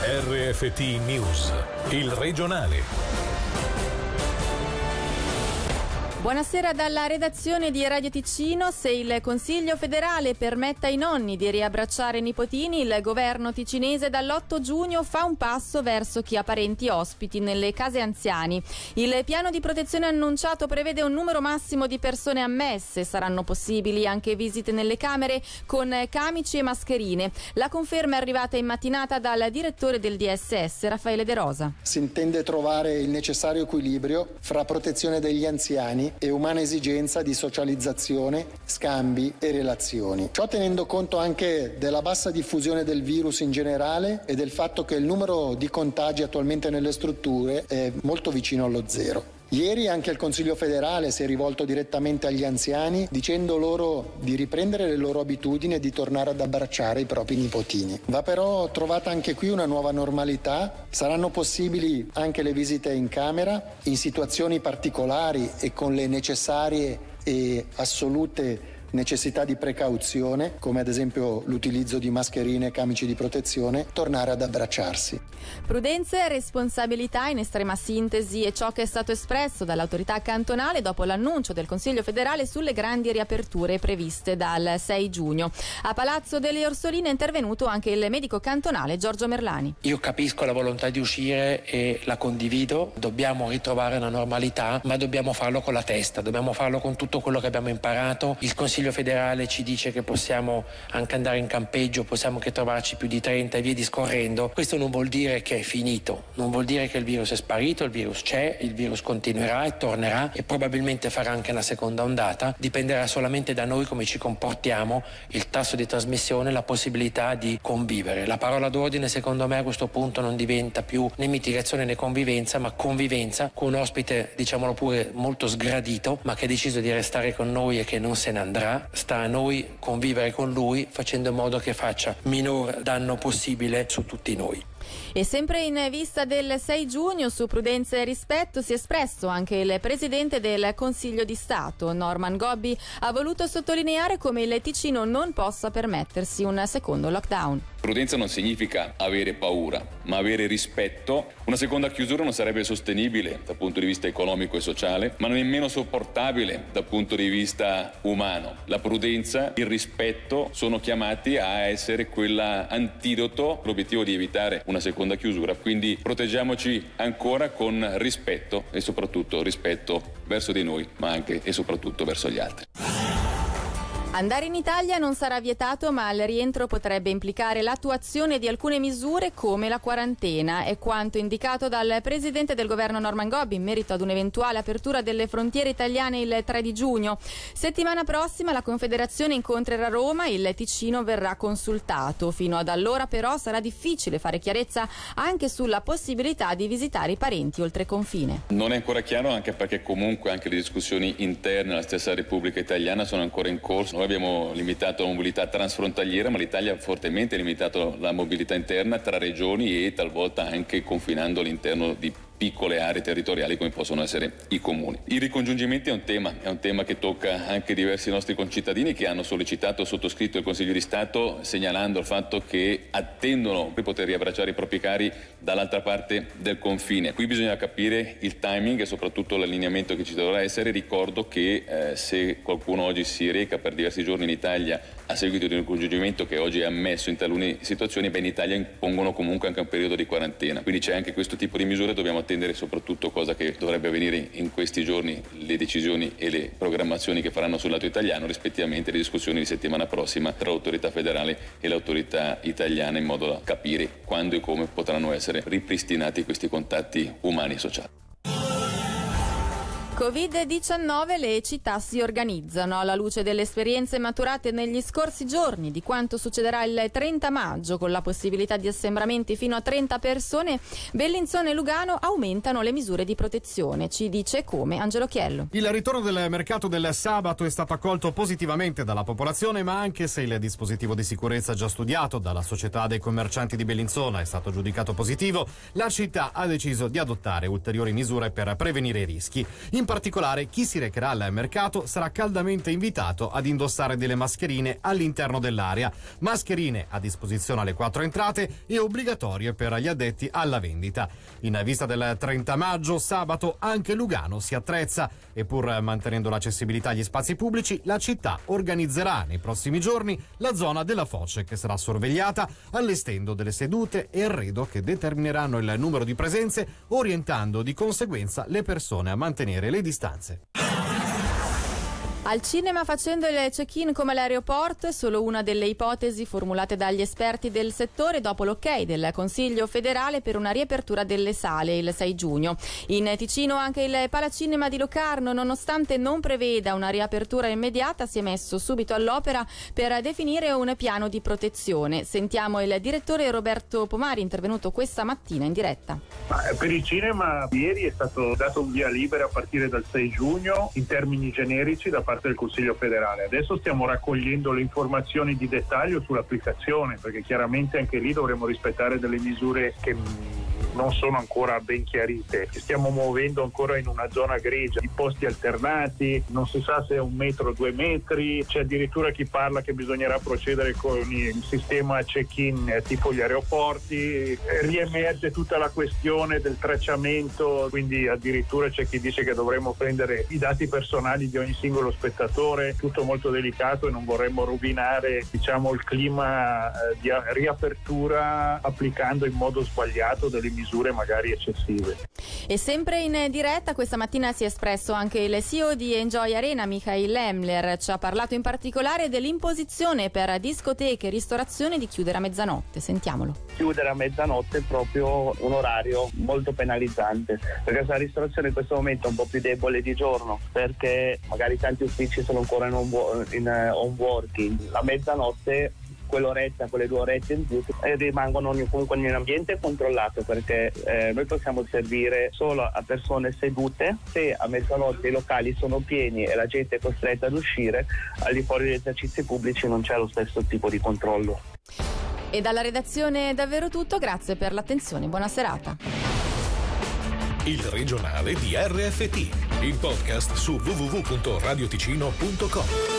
RFT News, il regionale. Buonasera dalla redazione di Radio Ticino. Se il Consiglio federale permette ai nonni di riabbracciare i nipotini, il governo ticinese dall'8 giugno fa un passo verso chi ha parenti ospiti nelle case anziani. Il piano di protezione annunciato prevede un numero massimo di persone ammesse. Saranno possibili anche visite nelle camere con camici e mascherine. La conferma è arrivata in mattinata dal direttore del DSS, Raffaele De Rosa. Si intende trovare il necessario equilibrio fra protezione degli anziani e umana esigenza di socializzazione, scambi e relazioni. Ciò tenendo conto anche della bassa diffusione del virus in generale e del fatto che il numero di contagi attualmente nelle strutture è molto vicino allo zero. Ieri anche il Consiglio federale si è rivolto direttamente agli anziani dicendo loro di riprendere le loro abitudini e di tornare ad abbracciare i propri nipotini. Va però trovata anche qui una nuova normalità. Saranno possibili anche le visite in camera in situazioni particolari e con le necessarie e assolute necessità di precauzione, come ad esempio l'utilizzo di mascherine e camici di protezione, tornare ad abbracciarsi. Prudenza e responsabilità in estrema sintesi è ciò che è stato espresso dall'autorità cantonale dopo l'annuncio del Consiglio federale sulle grandi riaperture previste dal 6 giugno. A Palazzo delle Orsoline è intervenuto anche il medico cantonale Giorgio Merlani. Io capisco la volontà di uscire e la condivido, dobbiamo ritrovare una normalità, ma dobbiamo farlo con la testa, dobbiamo farlo con tutto quello che abbiamo imparato. Il Consiglio federale ci dice che possiamo anche andare in campeggio, possiamo anche trovarci più di 30 e via discorrendo. Questo non vuol dire che è finito, non vuol dire che il virus è sparito, il virus c'è, il virus continuerà e tornerà e probabilmente farà anche una seconda ondata. Dipenderà solamente da noi come ci comportiamo, il tasso di trasmissione, la possibilità di convivere. La parola d'ordine secondo me a questo punto non diventa più né mitigazione né convivenza, ma convivenza con un ospite, diciamolo pure, molto sgradito, ma che ha deciso di restare con noi e che non se ne andrà. Sta a noi convivere con lui facendo in modo che faccia minor danno possibile su tutti noi. E sempre in vista del 6 giugno su prudenza e rispetto si è espresso anche il presidente del Consiglio di Stato. Norman Gobbi ha voluto sottolineare come il Ticino non possa permettersi un secondo lockdown. Prudenza non significa avere paura, ma avere rispetto. Una seconda chiusura non sarebbe sostenibile dal punto di vista economico e sociale, ma nemmeno sopportabile dal punto di vista umano. La prudenza, il rispetto sono chiamati a essere quell'antidoto, l'obiettivo di evitare una seconda chiusura. Quindi proteggiamoci ancora con rispetto e soprattutto rispetto verso di noi, ma anche e soprattutto verso gli altri. Andare in Italia non sarà vietato, ma il rientro potrebbe implicare l'attuazione di alcune misure come la quarantena. È quanto indicato dal presidente del governo Norman Gobbi in merito ad un'eventuale apertura delle frontiere italiane il 3 di giugno. Settimana prossima la Confederazione incontrerà Roma, il Ticino verrà consultato. Fino ad allora però sarà difficile fare chiarezza anche sulla possibilità di visitare i parenti oltre confine. Non è ancora chiaro, anche perché comunque anche le discussioni interne alla stessa Repubblica Italiana sono ancora in corso. Noi abbiamo limitato la mobilità transfrontaliera, ma l'Italia ha fortemente limitato la mobilità interna tra regioni e talvolta anche confinando all'interno di piccole aree territoriali come possono essere i comuni. Il ricongiungimento è un tema che tocca anche diversi nostri concittadini che hanno sollecitato o sottoscritto il Consiglio di Stato segnalando il fatto che attendono di poter riabbracciare i propri cari dall'altra parte del confine. Qui bisogna capire il timing e soprattutto l'allineamento che ci dovrà essere. Ricordo che se qualcuno oggi si reca per diversi giorni in Italia a seguito di un ricongiungimento che oggi è ammesso in talune situazioni, in Italia impongono comunque anche un periodo di quarantena. Quindi c'è anche questo tipo di misure, dobbiamo attendere soprattutto cosa che dovrebbe avvenire in questi giorni, le decisioni e le programmazioni che faranno sul lato italiano, rispettivamente le discussioni di settimana prossima tra l'autorità federale e l'autorità italiana, in modo da capire quando e come potranno essere ripristinati questi contatti umani e sociali. Covid-19, le città si organizzano alla luce delle esperienze maturate negli scorsi giorni, di quanto succederà il 30 maggio con la possibilità di assembramenti fino a 30 persone. Bellinzona e Lugano aumentano le misure di protezione. Ci dice come Angelo Chiello. Il ritorno del mercato del sabato è stato accolto positivamente dalla popolazione, ma anche se il dispositivo di sicurezza già studiato dalla Società dei Commercianti di Bellinzona è stato giudicato positivo, la città ha deciso di adottare ulteriori misure per prevenire i rischi. In particolare, chi si recherà al mercato sarà caldamente invitato ad indossare delle mascherine all'interno dell'area. Mascherine a disposizione alle 4 entrate e obbligatorie per gli addetti alla vendita. In vista del 30 maggio, sabato, anche Lugano si attrezza e pur mantenendo l'accessibilità agli spazi pubblici, la città organizzerà nei prossimi giorni la zona della Foce, che sarà sorvegliata, allestendo delle sedute e arredo che determineranno il numero di presenze, orientando di conseguenza le persone a mantenere le distanze. Al cinema facendo il check-in come all'aeroporto è solo una delle ipotesi formulate dagli esperti del settore dopo l'ok del Consiglio federale per una riapertura delle sale il 6 giugno. In Ticino anche il Palacinema di Locarno, nonostante non preveda una riapertura immediata, si è messo subito all'opera per definire un piano di protezione. Sentiamo il direttore Roberto Pomari, intervenuto questa mattina in diretta. Per il cinema ieri è stato dato un via libera a partire dal 6 giugno in termini generici da parte del Consiglio federale. Adesso stiamo raccogliendo le informazioni di dettaglio sull'applicazione, perché chiaramente anche lì dovremo rispettare delle misure che non sono ancora ben chiarite. Ci stiamo muovendo ancora in una zona grigia, di posti alternati, non si sa se è 1 metro o 2 metri, c'è addirittura chi parla che bisognerà procedere con il sistema check-in tipo gli aeroporti, riemerge tutta la questione del tracciamento, quindi addirittura c'è chi dice che dovremmo prendere i dati personali di ogni singolo spettatore, tutto molto delicato e non vorremmo rovinare, diciamo, il clima di riapertura applicando in modo sbagliato delle misure magari eccessive. E sempre in diretta questa mattina si è espresso anche il CEO di Enjoy Arena, Michael Lemler. Ci ha parlato in particolare dell'imposizione per discoteche e ristorazione di chiudere a mezzanotte. Sentiamolo. Chiudere a mezzanotte è proprio un orario molto penalizzante, perché la ristorazione in questo momento è un po' più debole di giorno, perché magari tanti uffici sono ancora in home working. La mezzanotte, quell'oretta, quelle 2 orette in più rimangono comunque in un ambiente controllato, perché noi possiamo servire solo a persone sedute. Se a mezzanotte i locali sono pieni e la gente è costretta ad uscire, al di fuori degli esercizi pubblici non c'è lo stesso tipo di controllo. E dalla redazione è davvero tutto, grazie per l'attenzione, buona serata. Il regionale di RFT, il podcast su www.radioticino.com.